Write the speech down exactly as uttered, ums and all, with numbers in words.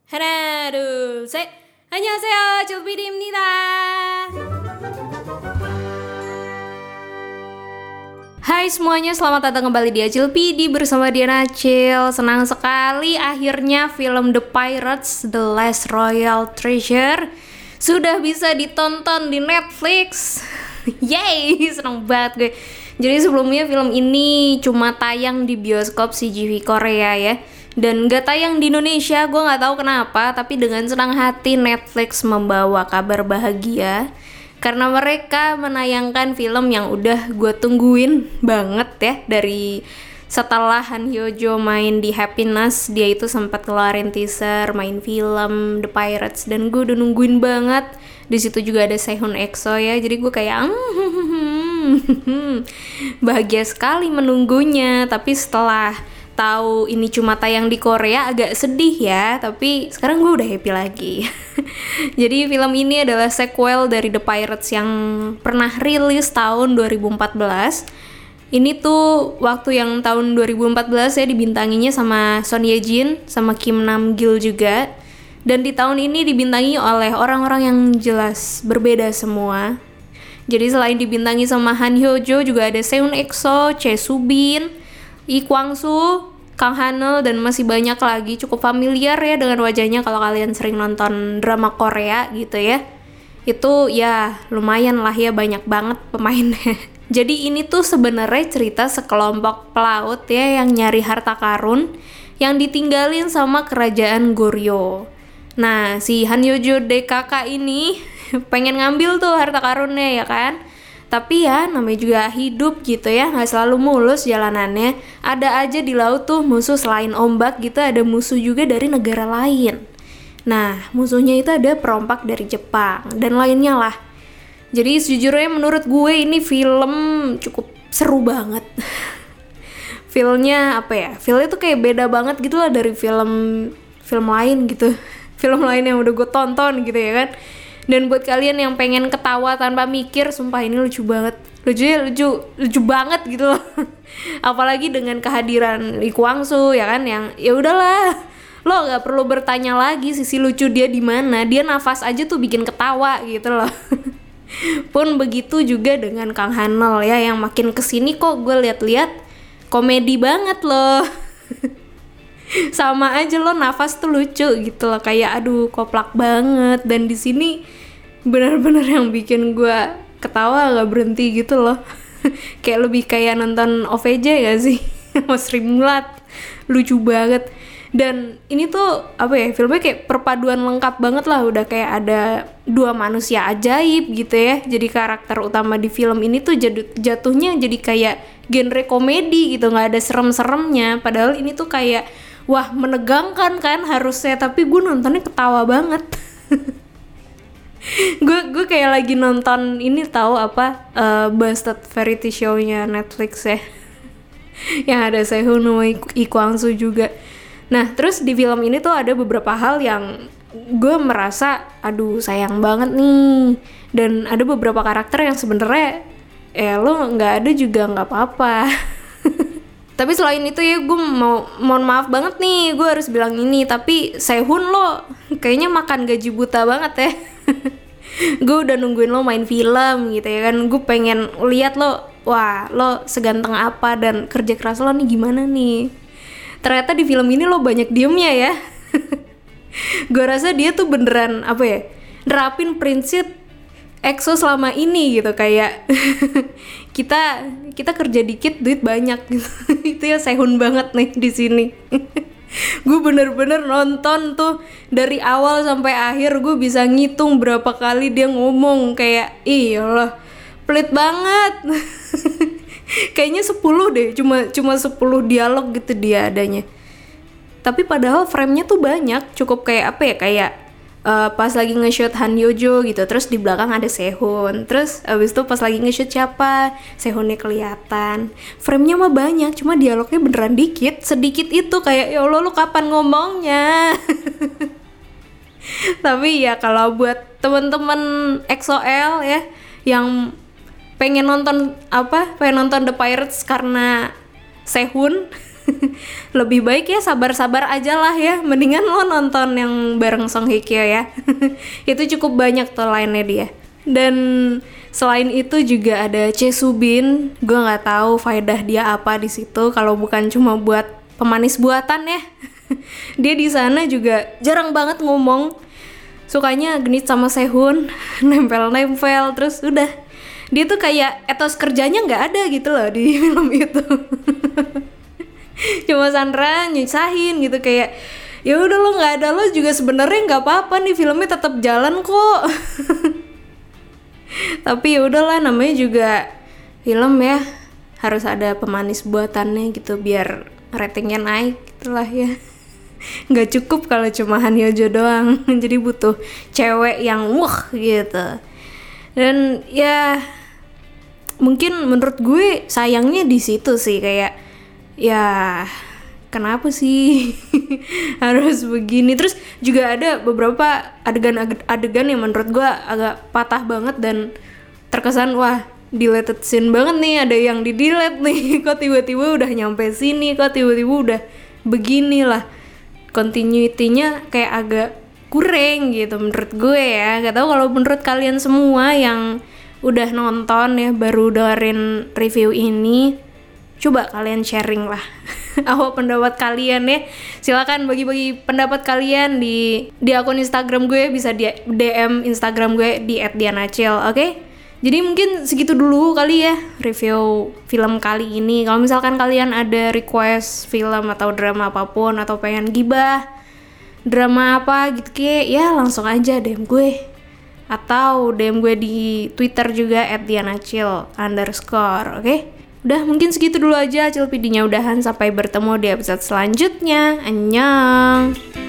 하나, 둘, 셋. 안녕하세요, 조비리입니다. Hai semuanya, selamat datang kembali di Acil P D bersama Diana Acil. Senang sekali akhirnya film The Pirates The Last Royal Treasure sudah bisa ditonton di Netflix. Yeay, senang banget gue. Jadi sebelumnya film ini cuma tayang di bioskop C G V Korea ya, dan gak tayang di Indonesia. Gue gak tahu kenapa, tapi dengan senang hati Netflix membawa kabar bahagia karena mereka menayangkan film yang udah gue tungguin banget ya. Dari setelah Han Hyo-jo main di Happiness, dia itu sempat keluarin teaser main film The Pirates, dan gue udah nungguin banget. Di situ juga ada Sehun EXO ya, jadi gue kayak bahagia sekali menunggunya. Tapi setelah tahu ini cuma tayang di Korea agak sedih ya, tapi sekarang gue udah happy lagi. Jadi film ini adalah sequel dari The Pirates yang pernah rilis tahun dua ribu empat belas. Ini tuh waktu yang tahun dua ribu empat belas ya dibintanginya sama Son Ye Jin sama Kim Nam Gil juga. Dan di tahun ini dibintangi oleh orang-orang yang jelas berbeda semua. Jadi selain dibintangi sama Han Hyo-jo, juga ada Sehun EXO, Chae Soo-bin, Lee Kwang-soo, Kang Han-eul, dan masih banyak lagi. Cukup familiar ya dengan wajahnya kalau kalian sering nonton drama Korea gitu ya. Itu ya lumayan lah ya, banyak banget pemainnya. Jadi ini tuh sebenarnya cerita sekelompok pelaut ya yang nyari harta karun yang ditinggalin sama kerajaan Goryeo. Nah, si Han Hyo-jo D K K ini pengen ngambil tuh harta karunnya ya kan. Tapi ya namanya juga hidup gitu ya, gak selalu mulus jalanannya. Ada aja di laut tuh musuh, selain ombak gitu ada musuh juga dari negara lain. Nah, musuhnya itu ada perompak dari Jepang dan lainnya lah. Jadi sejujurnya menurut gue ini film cukup seru banget. Filmnya apa ya, filmnya tuh kayak beda banget gitu lah dari film film lain gitu. Film lain yang udah gue tonton gitu ya kan. Dan buat kalian yang pengen ketawa tanpa mikir, sumpah ini lucu banget. Lucunya lucu, lucu banget gitu loh. Apalagi dengan kehadiran Lee Kwang-soo ya kan, yang ya udahlah, lo gak perlu bertanya lagi sisi lucu dia di mana. Dia nafas aja tuh bikin ketawa gitu loh. Pun begitu juga dengan Kang Han-eul ya, yang makin kesini kok gue lihat-lihat komedi banget loh. Sama aja lo nafas tuh lucu gitu loh, kayak aduh koplak banget. Dan di sini benar-benar yang bikin gue ketawa gak berhenti gitu loh. Kayak lebih kayak nonton O V J gak sih? Mas Rimlat, lucu banget. Dan ini tuh apa ya, filmnya kayak perpaduan lengkap banget lah. Udah kayak ada dua manusia ajaib gitu ya. Jadi karakter utama di film ini tuh jatuhnya jadi kayak genre komedi gitu, gak ada serem-seremnya. Padahal ini tuh kayak wah menegangkan kan harusnya, tapi gue nontonnya ketawa banget. Gue gue kayak lagi nonton ini, tahu apa, uh, Busted Variety Show-nya Netflix ya. Yang ada Sehun sama Lee Kwang-soo juga. Nah terus di film ini tuh ada beberapa hal yang gue merasa aduh sayang banget nih. Dan ada beberapa karakter yang sebenarnya eh lo nggak ada juga nggak apa-apa. Tapi selain itu ya gue mau mohon maaf banget nih, gue harus bilang ini, tapi Sehun lo kayaknya makan gaji buta banget ya. Gue udah nungguin lo main film gitu ya kan, gue pengen lihat lo, wah lo seganteng apa dan kerja keras lo nih gimana nih. Ternyata di film ini lo banyak diemnya ya. Gue rasa dia tuh beneran apa ya, nerapin prinsip EXO selama ini gitu, kayak kita kita kerja dikit duit banyak gitu. Itu ya Sehun banget nih di sini. Gue bener-bener nonton tuh dari awal sampai akhir, gue bisa ngitung berapa kali dia ngomong, kayak iyalah pelit banget. Kayaknya sepuluh deh, cuma cuma sepuluh dialog gitu dia adanya. Tapi padahal frame-nya tuh banyak, cukup kayak apa ya, kayak Uh, pas lagi nge-shoot Han Hyo-jo gitu, terus di belakang ada Sehun, terus abis itu pas lagi nge-shoot siapa, Sehunnya kelihatan. Frame-nya mah banyak, cuma dialognya beneran dikit, sedikit itu kayak ya Allah lu kapan ngomongnya. Tapi ya kalau buat temen-temen X O L ya yang pengen nonton apa, pengen nonton The Pirates karena Sehun, Lebih baik ya sabar-sabar aja lah ya, mendingan lo nonton yang bareng Song Hye Kyo ya. Itu cukup banyak tuh lainnya dia. Dan selain itu juga ada Chae Soo Bin, gue nggak tahu faedah dia apa di situ kalau bukan cuma buat pemanis buatan ya. Dia di sana juga jarang banget ngomong, sukanya genit sama Sehun, nempel-nempel, terus udah. Dia tuh kayak etos kerjanya nggak ada gitu loh di film itu. Cuma Sandra nyusahin gitu, kayak ya udah lo nggak ada lo juga sebenarnya nggak apa-apa nih, filmnya tetap jalan kok. Tapi ya udahlah, namanya juga film ya, harus ada pemanis buatannya gitu biar ratingnya naik gitulah ya. Nggak cukup kalau cuma Han Hyo Jo doang, jadi butuh cewek yang wah gitu. Dan ya mungkin menurut gue sayangnya di situ sih, kayak ya kenapa sih harus begini. Terus juga ada beberapa adegan-adegan yang menurut gue agak patah banget dan terkesan wah deleted scene banget nih, ada yang di delete nih. Kok tiba-tiba udah nyampe sini, kok tiba-tiba udah beginilah, continuity-nya kayak agak kurang gitu menurut gue ya. Gak tau kalau menurut kalian semua yang udah nonton ya, baru dengerin review ini, coba kalian sharing lah apa pendapat kalian ya. Silakan bagi-bagi pendapat kalian di di akun Instagram gue, bisa di D M Instagram gue di et dianacil, oke? Okay? Jadi mungkin segitu dulu kali ya review film kali ini. Kalau misalkan kalian ada request film atau drama apapun, atau pengen gibah drama apa gitu kayak, ya langsung aja D M gue, atau D M gue di Twitter juga et dianacil underscore, oke? Okay? Udah, mungkin segitu dulu aja Cilpidinya udahan. Sampai bertemu di episode selanjutnya. Annyeong.